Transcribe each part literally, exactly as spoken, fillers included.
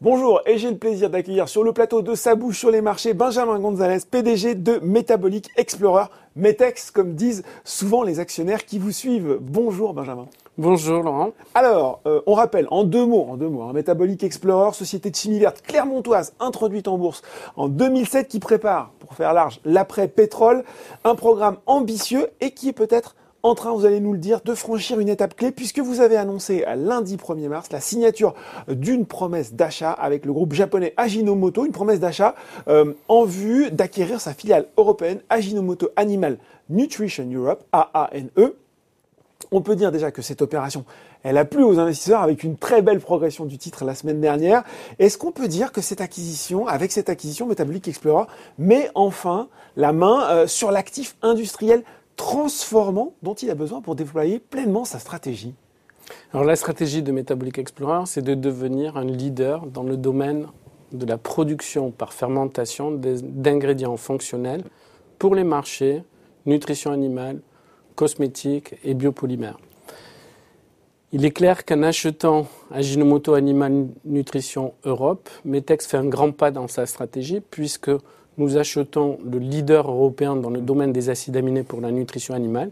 Bonjour, et j'ai le plaisir d'accueillir sur le plateau de Sa Bouche sur les marchés Benjamin Gonzalez, P D G de Metabolic Explorer, Metex, comme disent souvent les actionnaires qui vous suivent. Bonjour Benjamin. Bonjour Laurent. Alors, euh, on rappelle en deux mots, en deux mots, hein, Metabolic Explorer, société de chimie verte clermontoise, introduite en bourse en deux mille sept, qui prépare, pour faire large, l'après-pétrole, un programme ambitieux et qui est peut-être en train, vous allez nous le dire, de franchir une étape clé, puisque vous avez annoncé lundi premier mars la signature d'une promesse d'achat avec le groupe japonais Ajinomoto, une promesse d'achat euh, en vue d'acquérir sa filiale européenne Ajinomoto Animal Nutrition Europe, A A N E. On peut dire déjà que cette opération, elle a plu aux investisseurs avec une très belle progression du titre la semaine dernière. Est-ce qu'on peut dire que cette acquisition, avec cette acquisition, Metabolic Explorer met enfin la main euh, sur l'actif industriel transformant dont il a besoin pour déployer pleinement sa stratégie? Alors la stratégie de Metabolic Explorer, c'est de devenir un leader dans le domaine de la production par fermentation d'ingrédients fonctionnels pour les marchés nutrition animale, cosmétiques et biopolymères. Il est clair qu'en achetant Ajinomoto Animal Nutrition Europe, Metex fait un grand pas dans sa stratégie puisque nous achetons le leader européen dans le domaine des acides aminés pour la nutrition animale,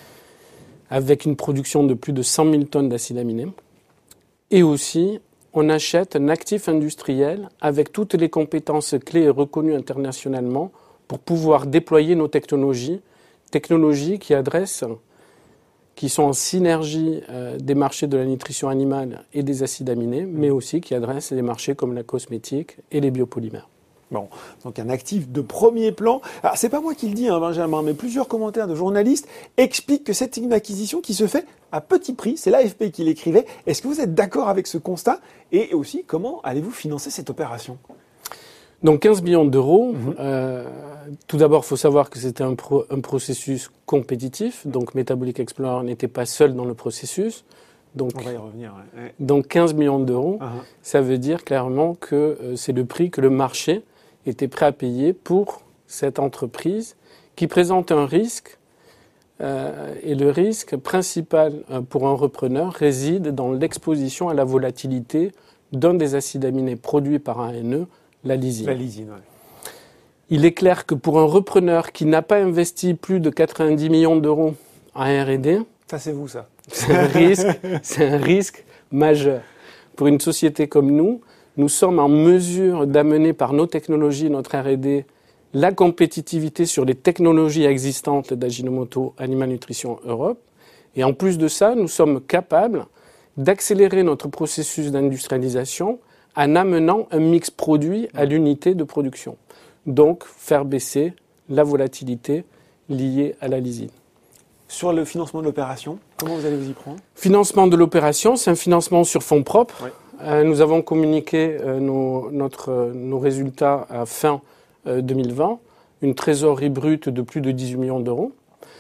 avec une production de plus de cent mille tonnes d'acides aminés. Et aussi, on achète un actif industriel avec toutes les compétences clés et reconnues internationalement pour pouvoir déployer nos technologies, technologies qui adressent, qui sont en synergie euh, des marchés de la nutrition animale et des acides aminés, mais aussi qui adressent des marchés comme la cosmétique et les biopolymères. Bon, donc un actif de premier plan. Alors, c'est pas moi qui le dis, hein, Benjamin, mais plusieurs commentaires de journalistes expliquent que c'est une acquisition qui se fait à petit prix. C'est l'A F P qui l'écrivait. Est-ce que vous êtes d'accord avec ce constat? Et aussi, comment allez-vous financer cette opération? Donc quinze millions d'euros. Mmh. Euh, tout d'abord, il faut savoir que c'était un, pro, un processus compétitif. Donc Metabolic Explorer n'était pas seul dans le processus. Donc, on va y revenir. Ouais. Donc quinze millions d'euros, uh-huh. Ça veut dire clairement que euh, c'est le prix que le marché était prêt à payer pour cette entreprise qui présente un risque. Euh, et le risque principal euh, pour un repreneur réside dans l'exposition à la volatilité d'un des acides aminés produits par A N E, la lysine. La lysine, ouais. Il est clair que pour un repreneur qui n'a pas investi plus de quatre-vingt-dix millions d'euros en R et D, ça c'est vous ça. C'est un risque, c'est un risque majeur. Pour une société comme nous, nous sommes en mesure d'amener par nos technologies, notre R et D, la compétitivité sur les technologies existantes d'Ajinomoto Animal Nutrition Europe. Et en plus de ça, nous sommes capables d'accélérer notre processus d'industrialisation en amenant un mix produit à l'unité de production. Donc, faire baisser la volatilité liée à la lysine. Sur le financement de l'opération, comment vous allez vous y prendre? Financement de l'opération, c'est un financement sur fonds propres. Oui. Euh, nous avons communiqué euh, nos, notre, euh, nos résultats à fin euh, deux mille vingt, une trésorerie brute de plus de dix-huit millions d'euros.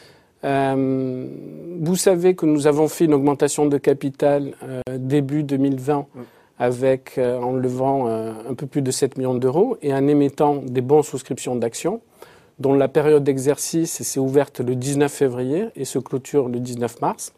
Euh, vous savez que nous avons fait une augmentation de capital euh, début deux mille vingt oui. avec, euh, en levant euh, un peu plus de sept millions d'euros et en émettant des bons souscriptions d'actions, dont la période d'exercice s'est ouverte le dix-neuf février et se clôture le dix-neuf mars.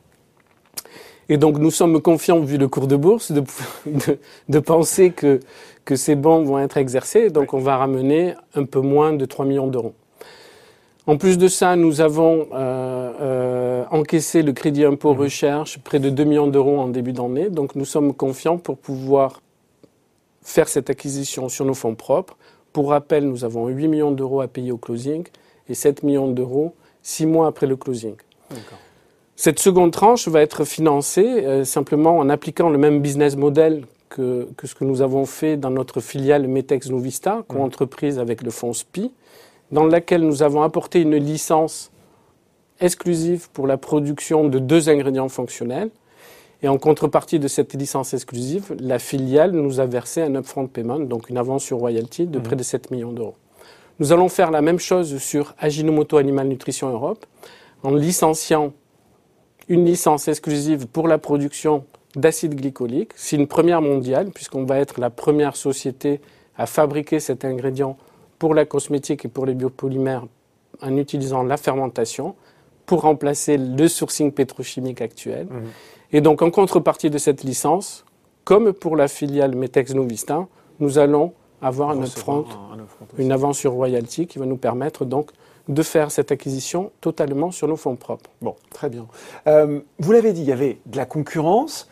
Et donc nous sommes confiants, vu le cours de bourse, de, de, de penser que, que ces bons vont être exercés. Donc on va ramener un peu moins de trois millions d'euros. En plus de ça, nous avons euh, euh, encaissé le crédit impôt recherche, près de deux millions d'euros en début d'année. Donc nous sommes confiants pour pouvoir faire cette acquisition sur nos fonds propres. Pour rappel, nous avons huit millions d'euros à payer au closing et sept millions d'euros six mois après le closing. D'accord. Cette seconde tranche va être financée euh, simplement en appliquant le même business model que, que ce que nous avons fait dans notre filiale Metex Novista, co-entreprise avec le fonds S P I, dans laquelle nous avons apporté une licence exclusive pour la production de deux ingrédients fonctionnels. Et en contrepartie de cette licence exclusive, la filiale nous a versé un upfront payment, donc une avance sur royalty de près de sept millions d'euros. Nous allons faire la même chose sur Ajinomoto Animal Nutrition Europe, en licenciant une licence exclusive pour la production d'acide glycolique. C'est une première mondiale, puisqu'on va être la première société à fabriquer cet ingrédient pour la cosmétique et pour les biopolymères en utilisant la fermentation pour remplacer le sourcing pétrochimique actuel. Mmh. Et donc, en contrepartie de cette licence, comme pour la filiale Metex Novistin, nous allons avoir un upfront, un, un upfront une avance sur royalty qui va nous permettre donc de faire cette acquisition totalement sur nos fonds propres. Bon, très bien. Euh, vous l'avez dit, il y avait de la concurrence,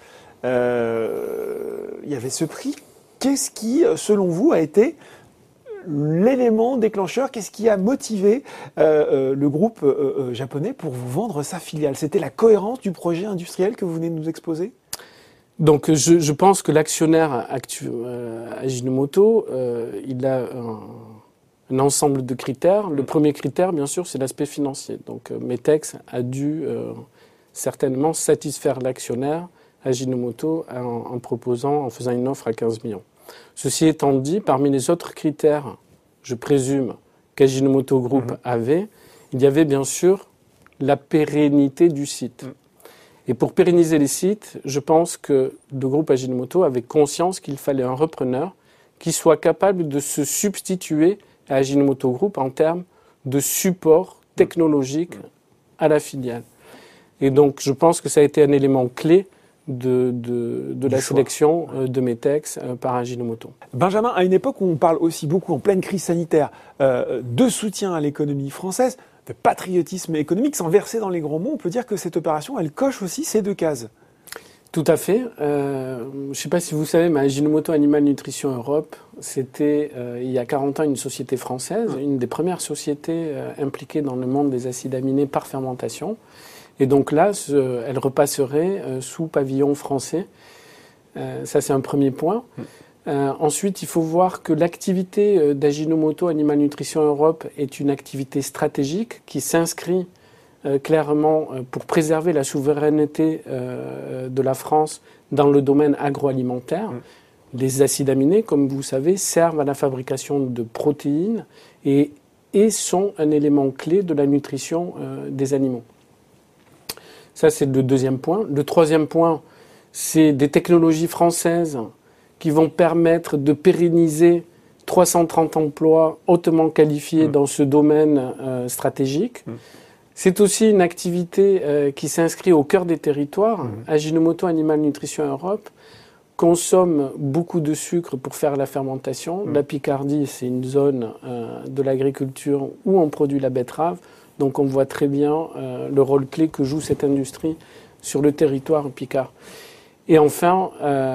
euh, il y avait ce prix. Qu'est-ce qui, selon vous, a été l'élément déclencheur? Qu'est-ce qui a motivé euh, euh, le groupe euh, japonais pour vous vendre sa filiale? C'était la cohérence du projet industriel que vous venez de nous exposer? Donc, je, je pense que l'actionnaire actuel, euh, Ajinomoto, euh, il a un, un ensemble de critères. Le premier critère, bien sûr, c'est l'aspect financier. Donc, euh, Metex a dû euh, certainement satisfaire l'actionnaire Ajinomoto en, en proposant, en faisant une offre à quinze millions. Ceci étant dit, parmi les autres critères, je présume, qu'Ajinomoto Group mmh. avait, il y avait bien sûr la pérennité du site. Mmh. Et pour pérenniser les sites, je pense que le groupe Ajinomoto avait conscience qu'il fallait un repreneur qui soit capable de se substituer à Ajinomoto Group en termes de support technologique à la filiale. Et donc, je pense que ça a été un élément clé de, de, de la choix. sélection de Metex par Ajinomoto. Benjamin, à une époque où on parle aussi beaucoup, en pleine crise sanitaire, euh, de soutien à l'économie française, de patriotisme économique, sans verser dans les grands mots, on peut dire que cette opération, elle coche aussi ces deux cases. Tout à fait. Euh, je ne sais pas si vous savez, mais Ajinomoto Animal Nutrition Europe, c'était euh, il y a quarante ans une société française, mmh. une des premières sociétés euh, impliquées dans le monde des acides aminés par fermentation. Et donc là, ce, elle repasserait euh, sous pavillon français. Euh, ça, c'est un premier point. Mmh. Euh, ensuite, il faut voir que l'activité euh, d'Ajinomoto Animal Nutrition Europe est une activité stratégique qui s'inscrit euh, clairement euh, pour préserver la souveraineté euh, de la France dans le domaine agroalimentaire. Mmh. Les acides aminés, comme vous savez, servent à la fabrication de protéines et, et sont un élément clé de la nutrition euh, des animaux. Ça, c'est le deuxième point. Le troisième point, c'est des technologies françaises qui vont permettre de pérenniser trois cent trente emplois hautement qualifiés mmh. dans ce domaine euh, stratégique. Mmh. C'est aussi une activité euh, qui s'inscrit au cœur des territoires. Mmh. Ajinomoto Animal Nutrition Europe consomme beaucoup de sucre pour faire la fermentation. Mmh. La Picardie, c'est une zone euh, de l'agriculture où on produit la betterave. Donc on voit très bien euh, le rôle clé que joue cette industrie sur le territoire picard. Et enfin,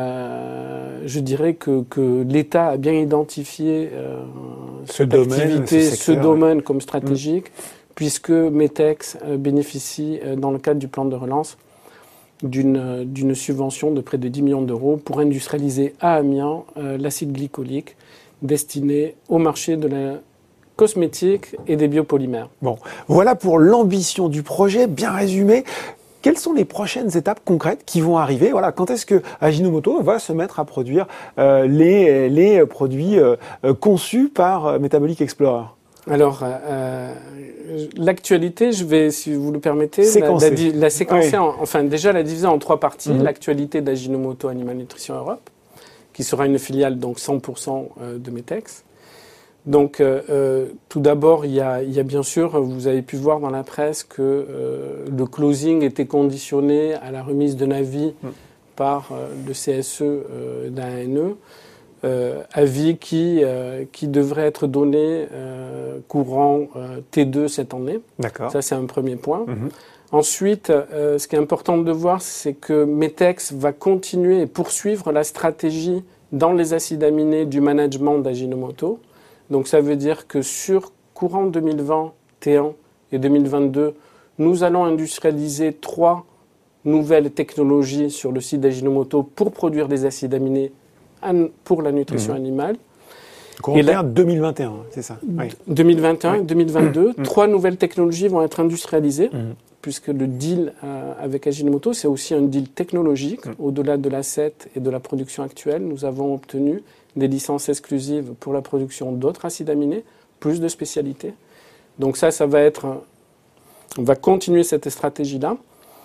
euh, je dirais que, que l'État a bien identifié euh, ce cette domaine, activité, ce, secteur, ce domaine ouais. comme stratégique, mmh. puisque Metex euh, bénéficie, euh, dans le cadre du plan de relance, d'une, euh, d'une subvention de près de dix millions d'euros pour industrialiser à Amiens euh, l'acide glycolique destiné au marché de la cosmétique et des biopolymères. Bon, voilà pour l'ambition du projet, bien résumé. Quelles sont les prochaines étapes concrètes qui vont arriver? Voilà, quand est-ce que Ajinomoto va se mettre à produire euh, les, les produits euh, conçus par euh, Metabolic Explorer? Alors, euh, l'actualité, je vais, si vous le permettez, séquencer. la, la, la séquencer, oui. en, enfin déjà la diviser en trois parties. Mm-hmm. L'actualité d'Ajinomoto Animal Nutrition Europe, qui sera une filiale donc cent pour cent de Metex. Donc, euh, tout d'abord, il y a, il y a bien sûr, vous avez pu voir dans la presse que euh, le closing était conditionné à la remise d'un avis mmh. par euh, le C S E euh, d'A N E, euh, avis qui, euh, qui devrait être donné euh, courant euh, T deux cette année. D'accord. Ça, c'est un premier point. Mmh. Ensuite, euh, ce qui est important de voir, c'est que Metex va continuer et poursuivre la stratégie dans les acides aminés du management d'Ajinomoto. Donc ça veut dire que sur courant deux mille vingt T un et deux mille vingt-deux, nous allons industrialiser trois nouvelles technologies sur le site d'Ajinomoto pour produire des acides aminés pour la nutrition mmh. animale. Courant T un deux mille vingt et un, c'est ça? Oui. deux mille vingt et un, oui. deux mille vingt-deux, mmh. trois nouvelles technologies vont être industrialisées, mmh. puisque le deal euh, avec Ajinomoto, c'est aussi un deal technologique. Mmh. Au-delà de l'asset et de la production actuelle, nous avons obtenu des licences exclusives pour la production d'autres acides aminés, plus de spécialités. Donc ça, ça va être... On va continuer cette stratégie-là.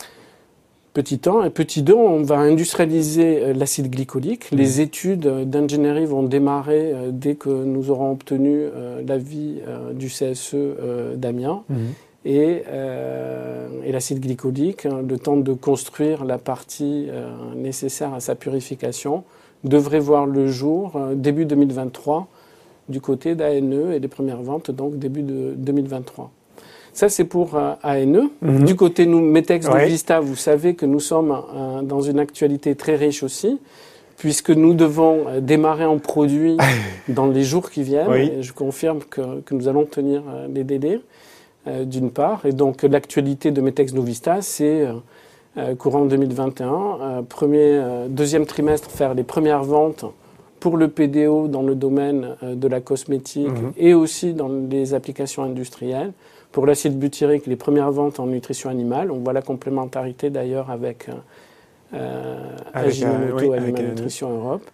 Petit un. Et petit deux, on va industrialiser l'acide glycolique. Mmh. Les études d'ingénierie vont démarrer dès que nous aurons obtenu l'avis du C S E d'Amiens. Mmh. et, euh, et l'acide glycolique, le temps de construire la partie euh, nécessaire à sa purification, devrait voir le jour euh, début deux mille vingt-trois du côté d'A N E et des premières ventes donc début de deux mille vingt-trois. Ça, c'est pour euh, A N E. Mm-hmm. Du côté nous, Metex ouais. Novista, vous savez que nous sommes euh, dans une actualité très riche aussi, puisque nous devons euh, démarrer en produit dans les jours qui viennent. Oui. Et je confirme que, que nous allons tenir euh, les délais, euh, d'une part. Et donc, l'actualité de Metex Novista, c'est euh, euh, courant deux mille vingt et un, euh, premier, euh, deuxième trimestre, faire les premières ventes pour le P D O dans le domaine euh, de la cosmétique mm-hmm. et aussi dans les applications industrielles. Pour l'acide butyrique, les premières ventes en nutrition animale. On voit la complémentarité d'ailleurs avec, euh, avec Ajinomoto euh, oui, Animal avec Nutrition euh... Europe.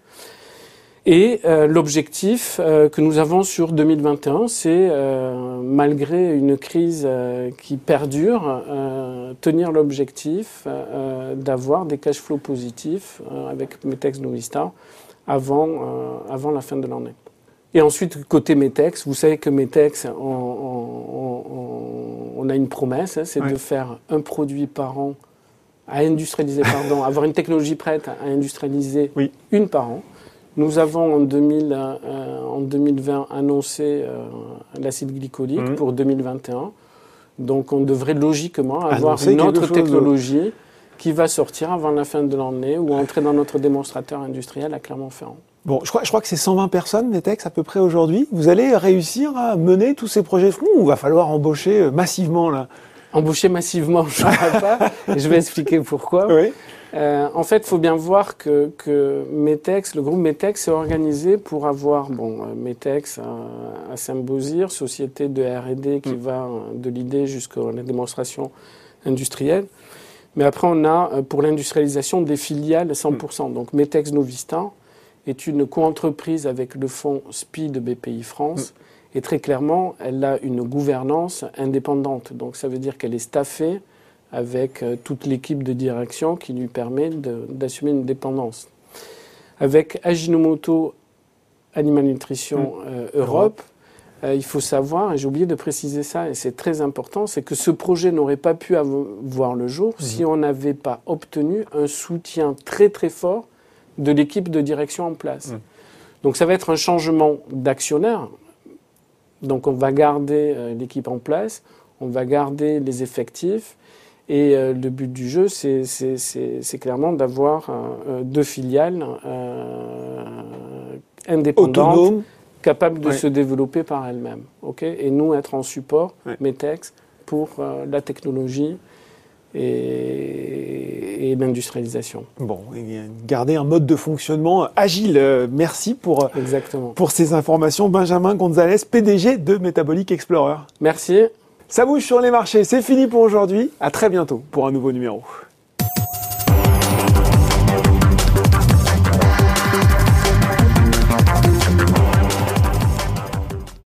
Et euh, l'objectif euh, que nous avons sur deux mille vingt et un, c'est, euh, malgré une crise euh, qui perdure, euh, tenir l'objectif euh, d'avoir des cash flows positifs euh, avec Metex Novista avant, euh, avant la fin de l'année. Et ensuite, côté Metex, vous savez que Metex, on, on, on, on a une promesse, hein, c'est ouais. de faire un produit par an, à industrialiser, pardon, avoir une technologie prête à industrialiser oui. une par an. Nous avons en, deux mille, euh, en deux mille vingt annoncé euh, l'acide glycolique mmh. pour deux mille vingt et un. Donc on devrait logiquement avoir annoncer une autre technologie de... qui va sortir avant la fin de l'année ou entrer dans notre démonstrateur industriel à Clermont-Ferrand. Bon, je crois, je crois que c'est cent vingt personnes, Metex, à peu près aujourd'hui. Vous allez réussir à mener tous ces projets de front ou il va falloir embaucher massivement, là? Embaucher massivement, je ne crois pas. Et je vais expliquer pourquoi. Oui. Euh, en fait, il faut bien voir que, que Metex, le groupe Metex s'est organisé pour avoir, bon, Metex à, à Saint-Beauzire, société de R et D qui mmh. va de l'idée jusqu'à la démonstration industrielle. Mais après, on a, pour l'industrialisation, des filiales cent pour cent. Mmh. Donc, Metex Novista est une co-entreprise avec le fonds S P I de B P I France. Mmh. Et très clairement, elle a une gouvernance indépendante. Donc, ça veut dire qu'elle est staffée avec euh, toute l'équipe de direction qui lui permet de, d'assumer une dépendance. Avec Ajinomoto Animal Nutrition mmh. euh, Europe, euh, il faut savoir, et j'ai oublié de préciser ça, et c'est très important, c'est que ce projet n'aurait pas pu avoir, voir le jour mmh. si on n'avait pas obtenu un soutien très très fort de l'équipe de direction en place. Mmh. Donc ça va être un changement d'actionnaire. Donc on va garder euh, l'équipe en place, on va garder les effectifs, et euh, le but du jeu, c'est, c'est, c'est, c'est clairement d'avoir euh, deux filiales euh, indépendantes, autonomes, capables de ouais. se développer par elles-mêmes. Okay, et nous, être en support, ouais. Metex, pour euh, la technologie et, et l'industrialisation. Bon, et garder un mode de fonctionnement agile. Euh, merci pour, Exactement. pour ces informations. Benjamin Gonzalez, P D G de Metabolic Explorer. Merci. Ça bouge sur les marchés, c'est fini pour aujourd'hui. À très bientôt pour un nouveau numéro.